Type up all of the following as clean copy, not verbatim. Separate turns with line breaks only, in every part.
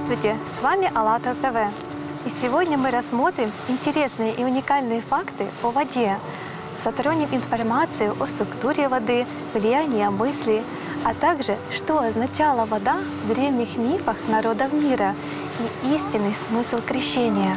Здравствуйте, с вами АЛЛАТРА ТВ. И сегодня мы рассмотрим интересные и уникальные факты о воде, затронем информацию о структуре воды, влиянии мысли, а также, что означала вода в древних мифах народов мира и истинный смысл крещения.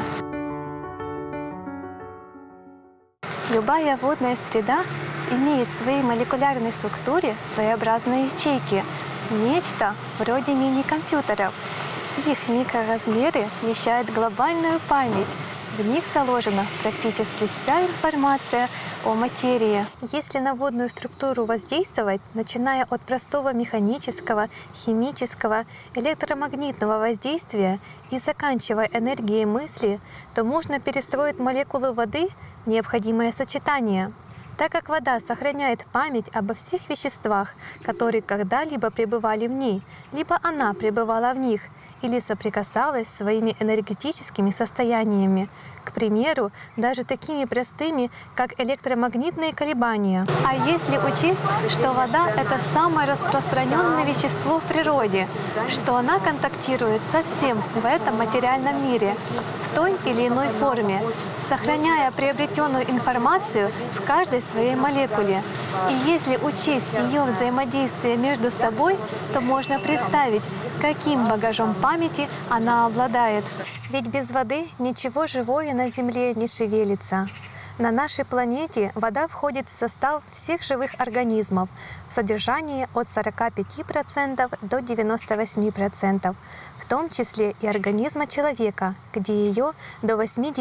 Любая водная среда имеет в своей молекулярной структуре своеобразные ячейки, нечто вроде мини-компьютеров. Их микроразмеры вмещают глобальную память. В них заложена практически вся информация о материи. Если на водную структуру воздействовать, начиная от простого механического, химического, электромагнитного воздействия и заканчивая энергией мысли, то можно перестроить молекулы воды в необходимое сочетание. Так как вода сохраняет память обо всех веществах, которые когда-либо пребывали в ней, либо она пребывала в них, или соприкасалась с своими энергетическими состояниями, к примеру, даже такими простыми, как электромагнитные колебания. А если учесть, что вода — это самое распространенное вещество в природе, что она контактирует со всем в этом материальном мире в той или иной форме, сохраняя приобретенную информацию в каждой своей молекуле. И если учесть ее взаимодействие между собой, то можно представить, каким багажом памяти она обладает. Ведь без воды ничего живое на Земле не шевелится. На нашей планете вода входит в состав всех живых организмов в содержании от 45% до 98%, в том числе и организма человека, где ее до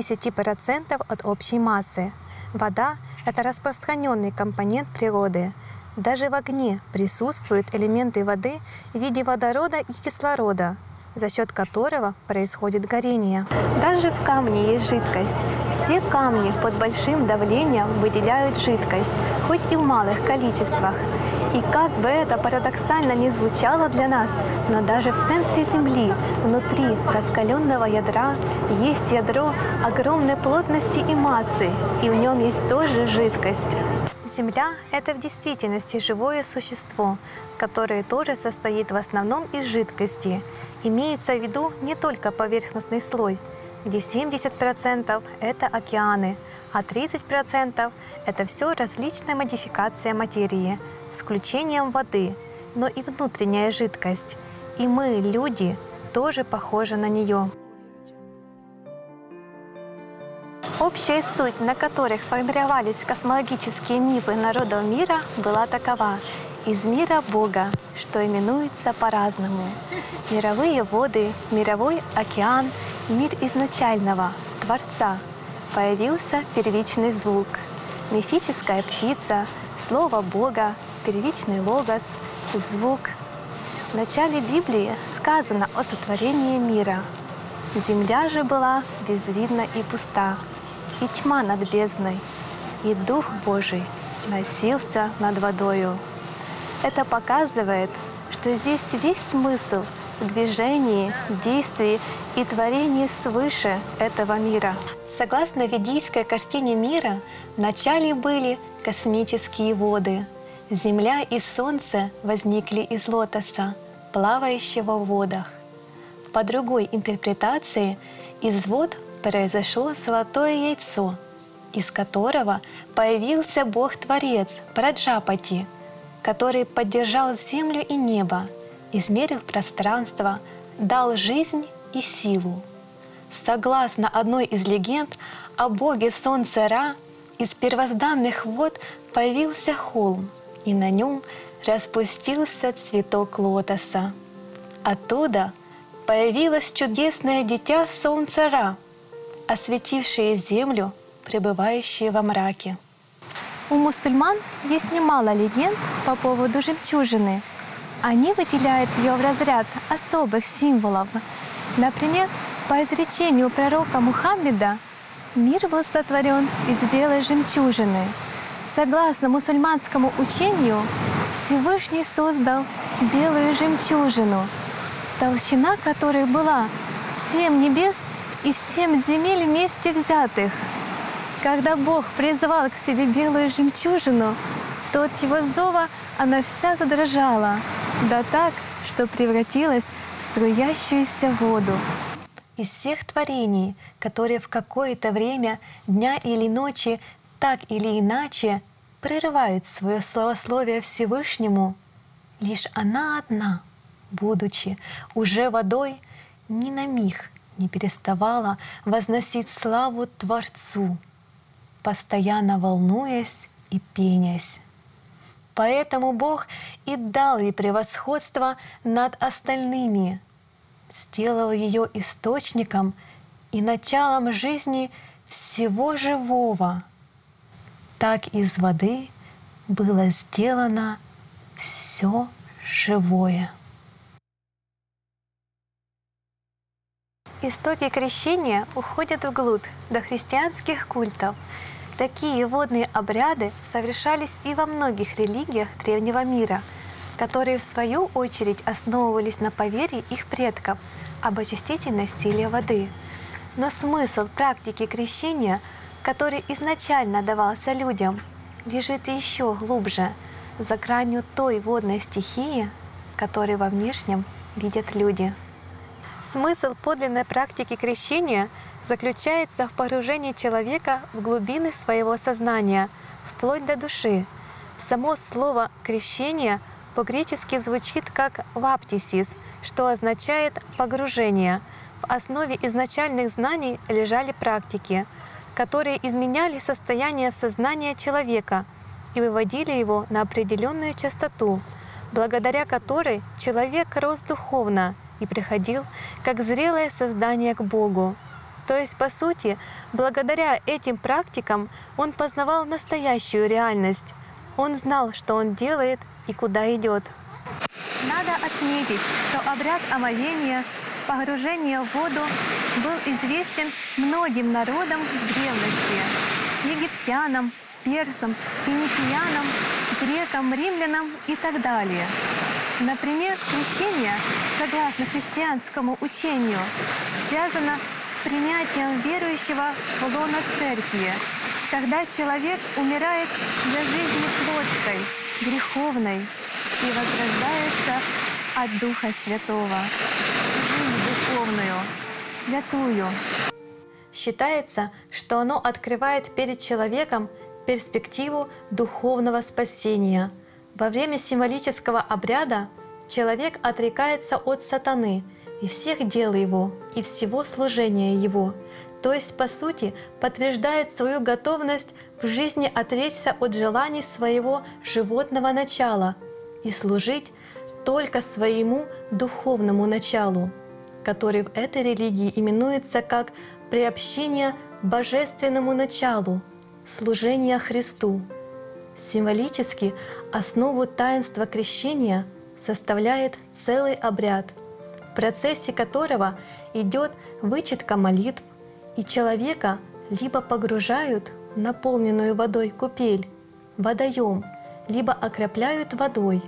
80% от общей массы. Вода — это распространенный компонент природы. Даже в огне присутствуют элементы воды в виде водорода и кислорода, за счет которого происходит горение. Даже в камне есть жидкость. Все камни под большим давлением выделяют жидкость, хоть и в малых количествах. И как бы это парадоксально ни звучало для нас, но даже в центре Земли, внутри раскаленного ядра, есть ядро огромной плотности и массы, и в нем есть тоже жидкость. Земля — это в действительности живое существо, которое тоже состоит в основном из жидкости. Имеется в виду не только поверхностный слой, где 70% — это океаны, а 30% — это все различная модификация материи, с исключением воды, но и внутренняя жидкость. И мы, люди, тоже похожи на нее. Общая суть, на которых формировались космологические мифы народов мира, была такова: из мира Бога, что именуется по-разному. Мировые воды, мировой океан, мир изначального, Творца. Появился первичный звук, мифическая птица, слово Бога, первичный логос, звук. В начале Библии сказано о сотворении мира. Земля же была безвидна и пуста, и тьма над бездной, и Дух Божий носился над водою. Это показывает, что здесь весь смысл в движении, действии и творении свыше этого мира. Согласно ведийской картине мира, вначале были космические воды. Земля и Солнце возникли из лотоса, плавающего в водах. По другой интерпретации, из вод произошло золотое яйцо, из которого появился Бог-творец Праджапати, который поддержал землю и небо, измерил пространство, дал жизнь и силу. Согласно одной из легенд о боге Солнце Ра, из первозданных вод появился холм, и на нем распустился цветок лотоса. Оттуда появилось чудесное дитя Солнца Ра, осветившее землю, пребывающие во мраке. У мусульман есть немало легенд по поводу жемчужины. Они выделяют ее в разряд особых символов. Например, по изречению пророка Мухаммеда, мир был сотворен из белой жемчужины. Согласно мусульманскому учению, Всевышний создал белую жемчужину, толщина которой была в 7 небес и в 7 земель вместе взятых. Когда Бог призвал к себе белую жемчужину, то от его зова она вся задрожала, да так, что превратилась в струящуюся воду. Из всех творений, которые в какое-то время дня или ночи так или иначе прерывают свое славословие Всевышнему, лишь она одна, будучи уже водой, ни на миг не переставала возносить славу Творцу, постоянно волнуясь и пенясь. Поэтому Бог и дал ей превосходство над остальными, сделал ее источником и началом жизни всего живого. Так из воды было сделано все живое. Истоки крещения уходят вглубь до христианских культов. Такие водные обряды совершались и во многих религиях древнего мира, которые в свою очередь основывались на поверье их предков об очистительной силе воды. Но смысл практики крещения, который изначально давался людям, лежит еще глубже, за гранью той водной стихии, которую во внешнем видят люди. Смысл подлинной практики крещения заключается в погружении человека в глубины своего сознания, вплоть до души. Само слово «крещение» по-гречески звучит как «ваптисис», что означает «погружение». В основе изначальных знаний лежали практики, которые изменяли состояние сознания человека и выводили его на определенную частоту, благодаря которой человек рос духовно и приходил как зрелое создание к Богу. То есть, по сути, благодаря этим практикам он познавал настоящую реальность. Он знал, что он делает и куда идет. Надо отметить, что обряд омовения, погружения в воду был известен многим народам в древности — египтянам, персам, финикиянам, грекам, римлянам и так далее. Например, крещение, согласно христианскому учению, связано с принятием верующего в лоно церкви, когда человек умирает для жизни плотской, греховной и возрождается от Духа Святого, жизнь духовную, святую. Считается, что оно открывает перед человеком перспективу духовного спасения. Во время символического обряда человек отрекается от сатаны и всех дел его, и всего служения его, то есть, по сути, подтверждает свою готовность в жизни отречься от желаний своего животного начала и служить только своему духовному началу, который в этой религии именуется как приобщение божественному началу, служение Христу. Символически основу таинства крещения составляет целый обряд, в процессе которого идет вычитка молитв, и человека либо погружают в наполненную водой купель, водоем, либо окропляют водой.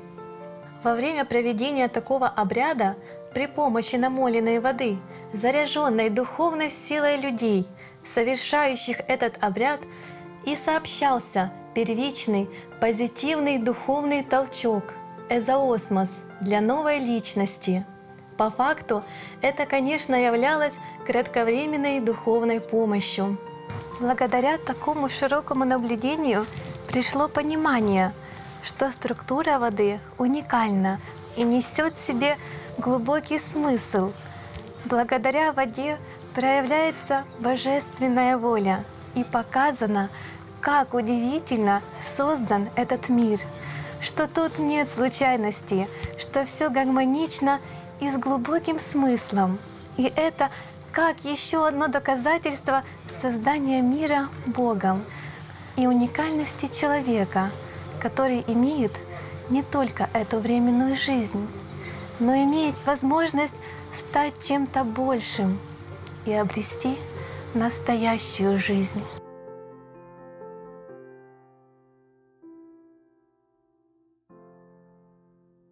Во время проведения такого обряда при помощи намоленной воды, заряженной духовной силой людей, совершающих этот обряд, и сообщался первичный позитивный духовный толчок, эзоосмос для новой личности. По факту это, конечно, являлось кратковременной духовной помощью. Благодаря такому широкому наблюдению пришло понимание, что структура воды уникальна и несет в себе глубокий смысл. Благодаря воде проявляется божественная воля и показано, как удивительно создан этот мир, что тут нет случайности, что все гармонично и с глубоким смыслом. И это как еще одно доказательство создания мира Богом и уникальности человека, который имеет не только эту временную жизнь, но имеет возможность стать чем-то большим и обрести настоящую жизнь.